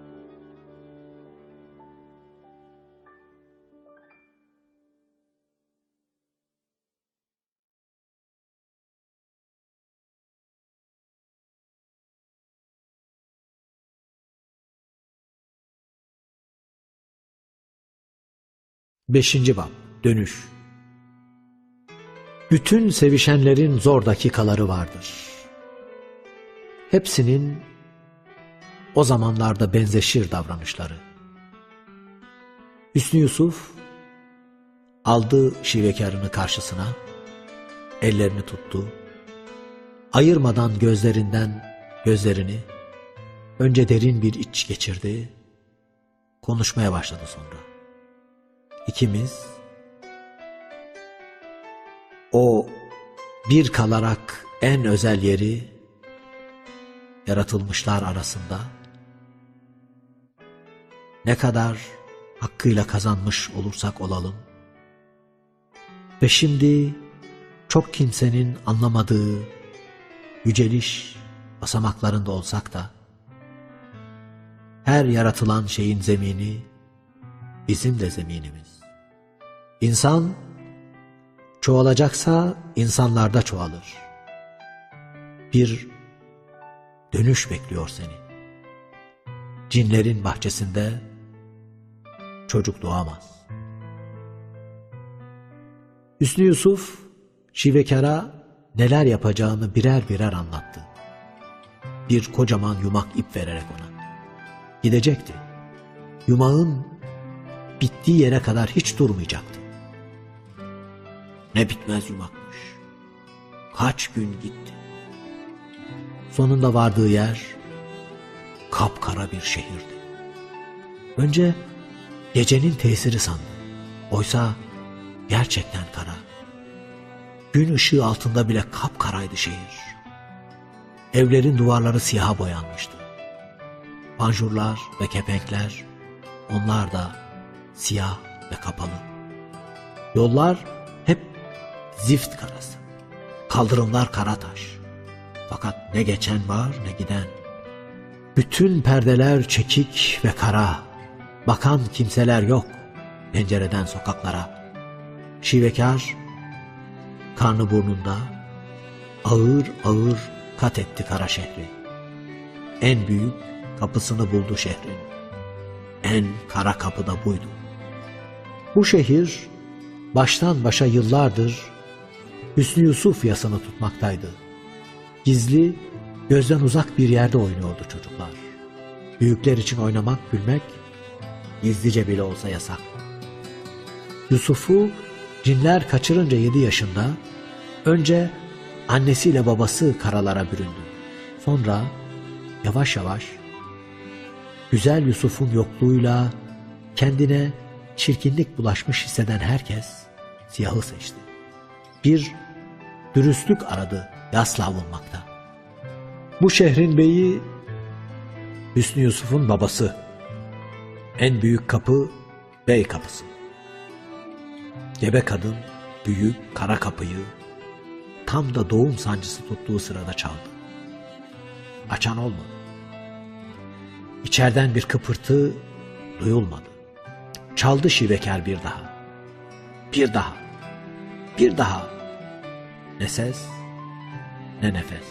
Beşinci bab. Dönüş. Bütün sevişenlerin zor dakikaları vardır. Hepsinin o zamanlarda benzeşir davranışları. Hüsnü Yusuf aldı şivekarını karşısına, ellerini tuttu, ayırmadan gözlerinden gözlerini, önce derin bir iç geçirdi, konuşmaya başladı sonra. İkimiz o bir kalarak en özel yeri yaratılmışlar arasında ne kadar hakkıyla kazanmış olursak olalım ve şimdi çok kimsenin anlamadığı yüceliş basamaklarında olsak da her yaratılan şeyin zemini bizim de zeminimiz. İnsan çoğalacaksa insanlarda çoğalır. Bir dönüş bekliyor seni. Cinlerin bahçesinde çocuk doğamaz. Hüsnü Yusuf şivekara neler yapacağını birer birer anlattı. Bir kocaman yumak ip vererek ona. Gidecekti. Yumağın bittiği yere kadar hiç durmayacaktı. Ne bitmez yumakmış. Kaç gün gitti. Sonunda vardığı yer kapkara bir şehirdi. Önce gecenin tesiri sandı. Oysa gerçekten kara. Gün ışığı altında bile kapkaraydı şehir. Evlerin duvarları siyaha boyanmıştı. Panjurlar ve kepenkler, onlar da siyah ve kapalı. Yollar hep zift karası. Kaldırımlar kara taş. Fakat ne geçen var ne giden. Bütün perdeler çekik ve kara. Bakan kimseler yok pencereden sokaklara. Şivekar karnı burnunda ağır ağır kat etti kara şehri. En büyük kapısını buldu şehrin. En kara kapı da buydu. Bu şehir baştan başa yıllardır Hüsnü Yusuf yasını tutmaktaydı. Gizli, gözden uzak bir yerde oynuyordu çocuklar. Büyükler için oynamak, gülmek gizlice bile olsa yasak. Yusuf'u cinler kaçırınca 7 yaşında önce annesiyle babası karalara büründü. Sonra yavaş yavaş güzel Yusuf'un yokluğuyla kendine çirkinlik bulaşmış hisseden herkes siyahı seçti. Bir dürüstlük aradı yasla avunmakta. Bu şehrin beyi Hüsnü Yusuf'un babası. En büyük kapı bey kapısı. Gebe kadın büyük kara kapıyı tam da doğum sancısı tuttuğu sırada çaldı. Açan olmadı. İçeriden bir kıpırtı duyulmadı. Çaldı şivekar bir daha. Bir daha. Bir daha. Ne ses ne nefes.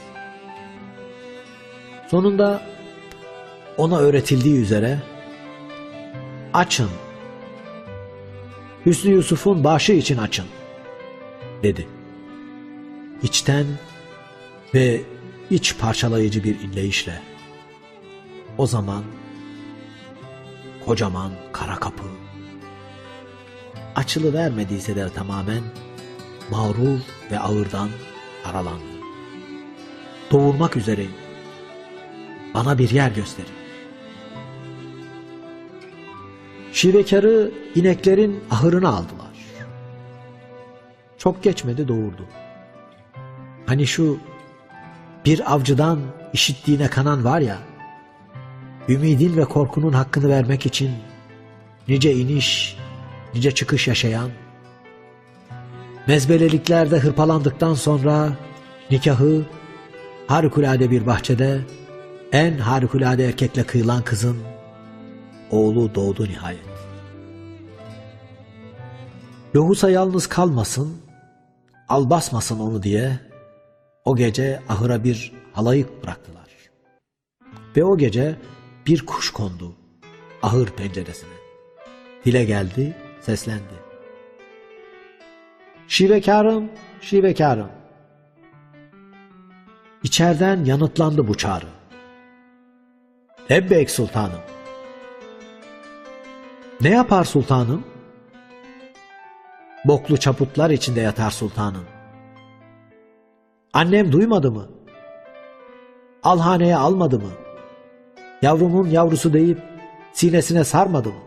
Sonunda ona öğretildiği üzere açın. Hüsnü Yusuf'un başı için açın dedi. İçten ve iç parçalayıcı bir inleyişle. O zaman kocaman kara kapı açılıvermediyse de tamamen mağrur ve ağırdan aralandı. Doğurmak üzereyim. Bana bir yer gösterin. Şivekarı ineklerin ahırına aldılar. Çok geçmedi doğurdu. Hani şu bir avcıdan işittiğine kanan var ya, ümidin ve korkunun hakkını vermek için nice iniş, nice çıkış yaşayan, Mezbeleliklerde hırpalandıktan sonra nikahı harikulade bir bahçede en harikulade erkekle kıyılan kızın oğlu doğdu nihayet. Lohusa yalnız kalmasın, al basmasın onu diye o gece ahıra bir halayık bıraktılar. Ve o gece bir kuş kondu ahır penceresine. Dile geldi, seslendi. Şivekarım, şivekarım. İçeriden yanıtlandı bu çağrı. Lebbeyk sultanım. Ne yapar sultanım? Boklu çaputlar içinde yatar sultanım. Annem duymadı mı? Alhaneye almadı mı? Yavrumun yavrusu deyip sinesine sarmadı mı?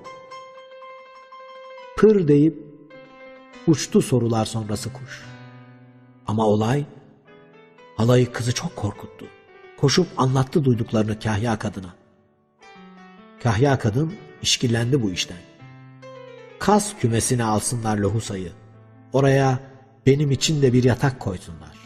Pır deyip uçtu sorular sonrası kuş. Ama olay halayık kızı çok korkuttu. Koşup anlattı duyduklarını kahya kadına. Kahya kadın işkillendi bu işten. Kas kümesine alsınlar Lohusa'yı. Oraya benim için de bir yatak koysunlar.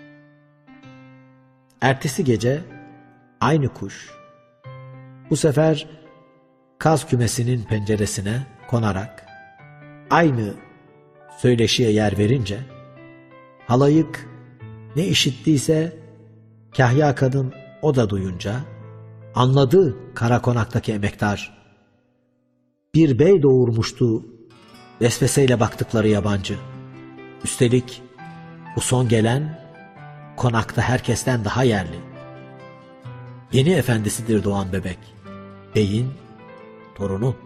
Ertesi gece aynı kuş bu sefer kaz kümesinin penceresine konarak aynı söyleşiye yer verince halayık ne işittiyse kahya kadın o da duyunca anladı kara konaktaki emektar. Bir bey doğurmuştu vesveseyle baktıkları yabancı. Üstelik bu son gelen konakta herkesten daha yerli. Yeni efendisidir doğan bebek. Beyin torunu.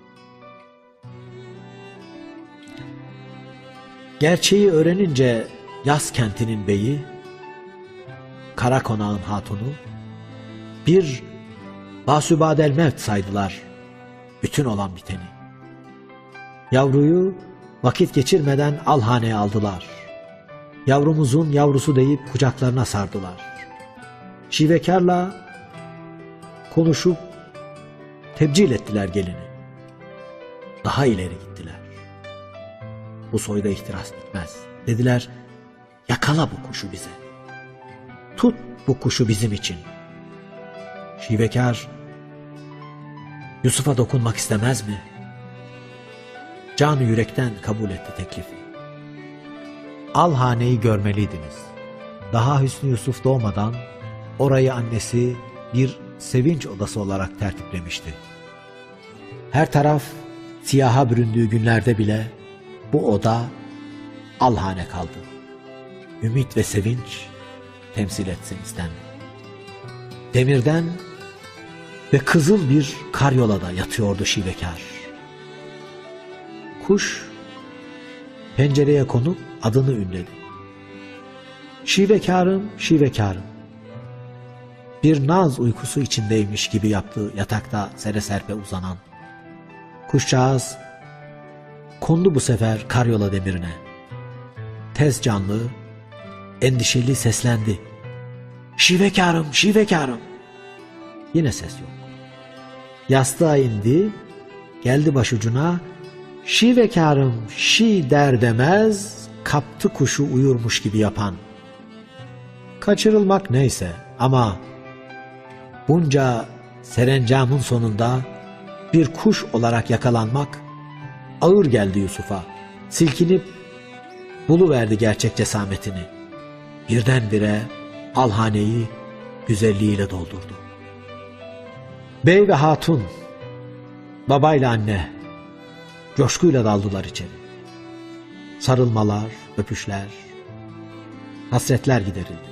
Gerçeği öğrenince yaz kentinin beyi, kara konağın hatunu, bir basübadel mevt saydılar bütün olan biteni. Yavruyu vakit geçirmeden alhaneye aldılar. Yavrumuzun yavrusu deyip kucaklarına sardılar. Şivekarla konuşup tebcil ettiler gelini. Daha ileri gittiler. Bu soyda ihtiras bitmez. Dediler, yakala bu kuşu bize. Tut bu kuşu bizim için. Şivekar, Yusuf'a dokunmak istemez mi? Canı yürekten kabul etti teklifi. Alhane'yi görmeliydiniz. Daha Hüsnü Yusuf doğmadan orayı annesi bir sevinç odası olarak tertiplemişti. Her taraf siyaha büründüğü günlerde bile bu oda Alhane kaldı. Ümit ve sevinç temsil etsin istendi. Demirden ve kızıl bir karyolada yatıyordu şivekar. Kuş pencereye konup adını ünledi. Şivekarım, şivekarım. Bir naz uykusu içindeymiş gibi yaptığı yatakta sere serpe uzanan kuşcağız kondu bu sefer karyola demirine. Tez canlı, endişeli seslendi. Şivekarım, şivekarım. Yine ses yok. Yastığa indi, geldi başucuna. Şivekarım, şi der demez, kaptı kuşu uyurmuş gibi yapan. Kaçırılmak neyse ama bunca serencamın sonunda bir kuş olarak yakalanmak ağır geldi Yusuf'a. Silkinip buluverdi gerçek cesametini. Birdenbire alhaneyi güzelliğiyle doldurdu. Bey ve hatun, babayla anne coşkuyla daldılar içeri. Sarılmalar, öpüşler, hasretler giderildi.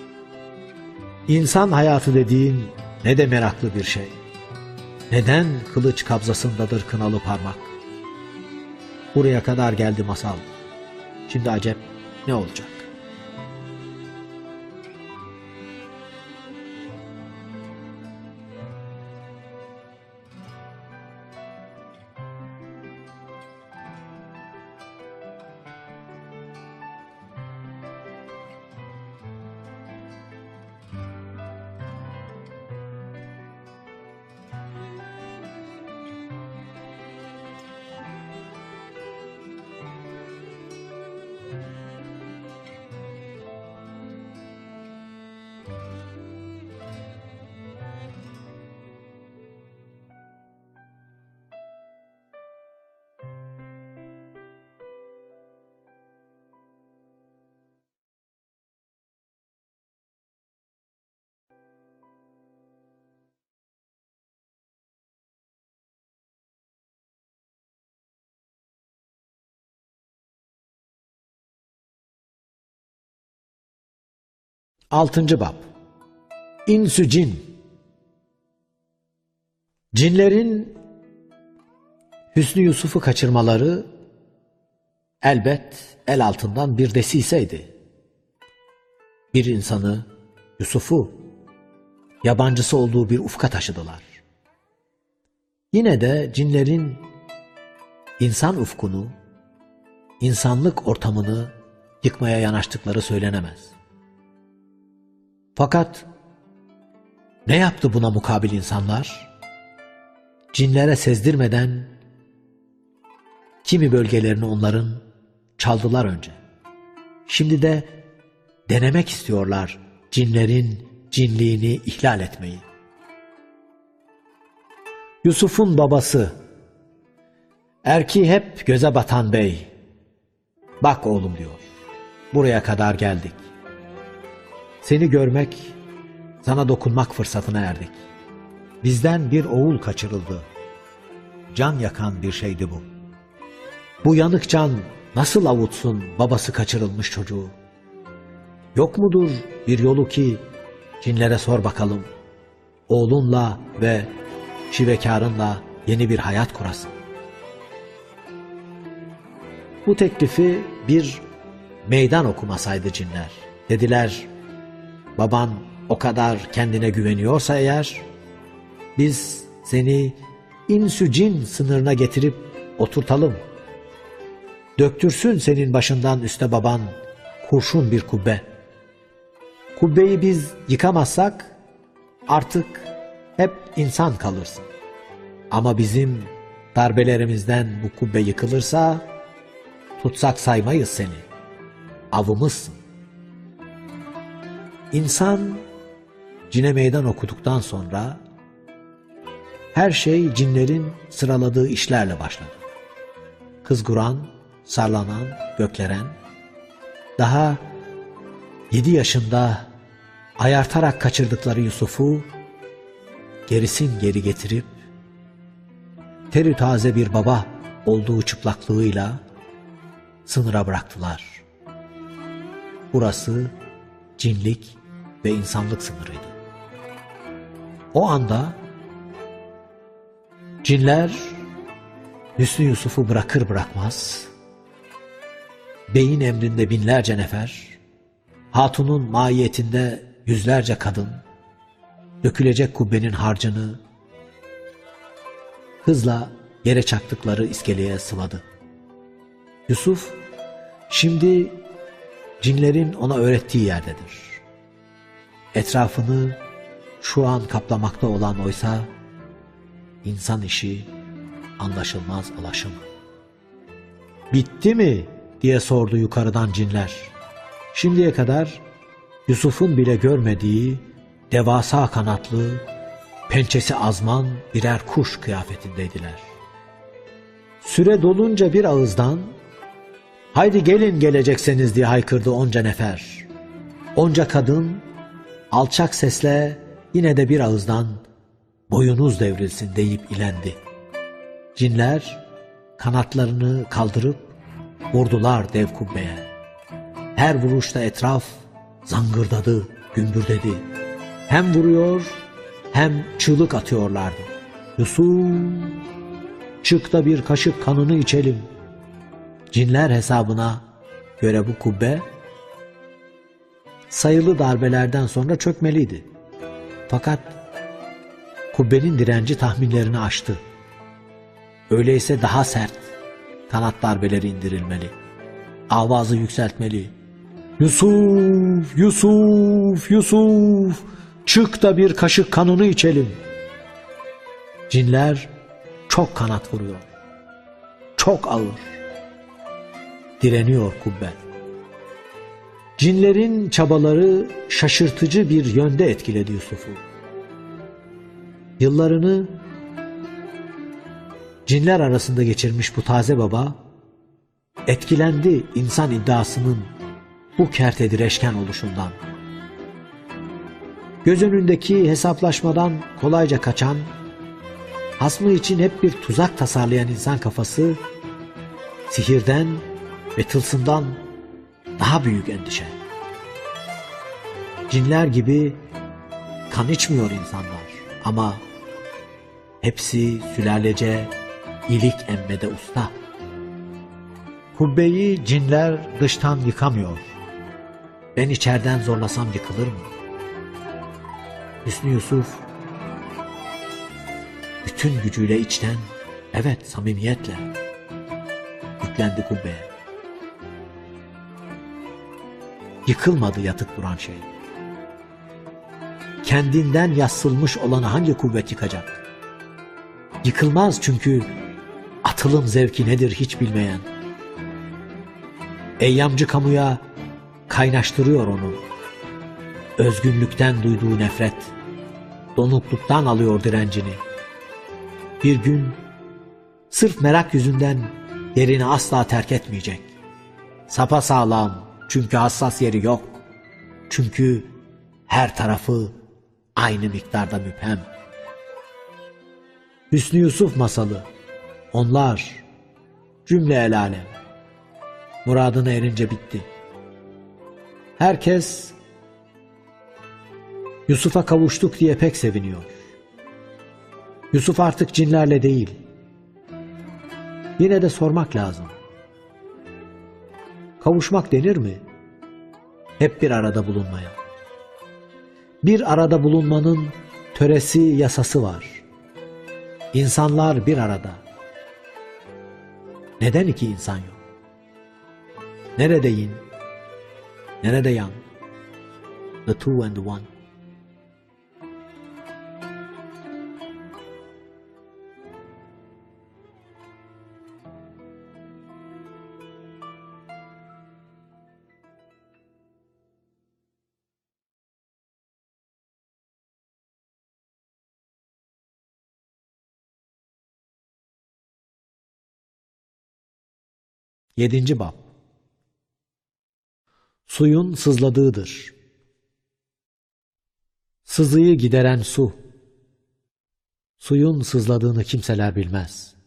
İnsan hayatı dediğin ne de meraklı bir şey. Neden kılıç kabzasındadır kınalı parmak? Buraya kadar geldi masal. Şimdi acep ne olacak? 6. Bab İnsü Cin. Cinlerin Hüsnü Yusuf'u kaçırmaları elbet el altından bir desiseydi. Bir insanı, Yusuf'u, yabancısı olduğu bir ufka taşıdılar. Yine de cinlerin insan ufkunu, insanlık ortamını yıkmaya yanaştıkları söylenemez. Fakat ne yaptı buna mukabil insanlar? Cinlere sezdirmeden kimi bölgelerini onların çaldılar önce. Şimdi de denemek istiyorlar cinlerin cinliğini ihlal etmeyi. Yusuf'un babası, erki hep göze batan bey, bak oğlum diyor, buraya kadar geldik. Seni görmek, sana dokunmak fırsatına erdik. Bizden bir oğul kaçırıldı. Can yakan bir şeydi bu. Bu yanık can nasıl avutsun babası kaçırılmış çocuğu? Yok mudur bir yolu ki cinlere sor bakalım. Oğlunla ve şivekarınla yeni bir hayat kurasın. Bu teklifi bir meydan okumasaydı cinler. Dediler, baban o kadar kendine güveniyorsa eğer, biz seni insü cin sınırına getirip oturtalım. Döktürsün senin başından üste baban kurşun bir kubbe. Kubbeyi biz yıkamazsak artık hep insan kalırsın. Ama bizim darbelerimizden bu kubbe yıkılırsa tutsak saymayız seni. Avımızsın. İnsan cine meydan okuduktan sonra her şey cinlerin sıraladığı işlerle başladı. Kızguran, sarlanan, gökleren, daha 7 yaşında ayartarak kaçırdıkları Yusuf'u gerisin geri getirip terü taze bir baba olduğu çıplaklığıyla sınıra bıraktılar. Burası cinlik ve insanlık sınırıydı. O anda cinler Hüsnü Yusuf'u bırakır bırakmaz, beyin emrinde binlerce nefer, hatunun mahiyetinde yüzlerce kadın, dökülecek kubbenin harcını hızla yere çaktıkları iskeleye sıvadı. Yusuf şimdi cinlerin ona öğrettiği yerdedir. Etrafını şu an kaplamakta olan oysa insan işi anlaşılmaz alaşım. Bitti mi diye sordu yukarıdan cinler. Şimdiye kadar Yusuf'un bile görmediği devasa kanatlı, pençesi azman birer kuş kıyafetindeydiler. Süre dolunca bir ağızdan haydi gelin gelecekseniz diye haykırdı onca nefer. Onca kadın alçak sesle yine de bir ağızdan boyunuz devrilsin deyip ilendi. Cinler kanatlarını kaldırıp vurdular dev kubbeye. Her vuruşta etraf zangırdadı, gümbürdedi. Hem vuruyor hem çığlık atıyorlardı. Yusuf, çık da bir kaşık kanını içelim. Cinler hesabına göre bu kubbe sayılı darbelerden sonra çökmeliydi. Fakat kubbenin direnci tahminlerini aştı. Öyleyse daha sert kanat darbeleri indirilmeli. Avazı yükseltmeli. Yusuf, Yusuf, Yusuf, çık da bir kaşık kanını içelim. Cinler çok kanat vuruyor. Çok ağır. Direniyor kubbe. Cinlerin çabaları şaşırtıcı bir yönde etkiledi Yusuf'u. Yıllarını cinler arasında geçirmiş bu taze baba, etkilendi insan iddiasının bu kertedireşken oluşundan. Göz önündeki hesaplaşmadan kolayca kaçan, hasmı için hep bir tuzak tasarlayan insan kafası, sihirden ve tılsımdan daha büyük endişe. Cinler gibi kan içmiyor insanlar ama hepsi sülalece ilik emmede usta. Kubbeyi cinler dıştan yıkamıyor. Ben içeriden zorlasam yıkılır mı? Hüsnü Yusuf bütün gücüyle içten, evet samimiyetle yüklendi kubbeye. Yıkılmadı yatıp duran şey. Kendinden yassılmış olanı hangi kuvvet yıkacak? Yıkılmaz çünkü atılım zevki nedir hiç bilmeyen. Eyyamcı kamuya kaynaştırıyor onu. Özgünlükten duyduğu nefret, donukluktan alıyor direncini. Bir gün sırf merak yüzünden yerini asla terk etmeyecek. Sapasağlam, çünkü hassas yeri yok. Çünkü her tarafı aynı miktarda müphem. Hüsnü Yusuf masalı, onlar, cümle el alem, muradına erince bitti. Herkes Yusuf'a kavuştuk diye pek seviniyor. Yusuf artık cinlerle değil. Yine de sormak lazım. Kavuşmak denir mi? Hep bir arada bulunmaya. Bir arada bulunmanın töresi, yasası var. İnsanlar bir arada. Neden iki insan yok? Nerede yin? Nerede yang? The two and the one. Yedinci bab. Suyun sızladığıdır. Sızıyı gideren su. Suyun sızladığını kimseler bilmez.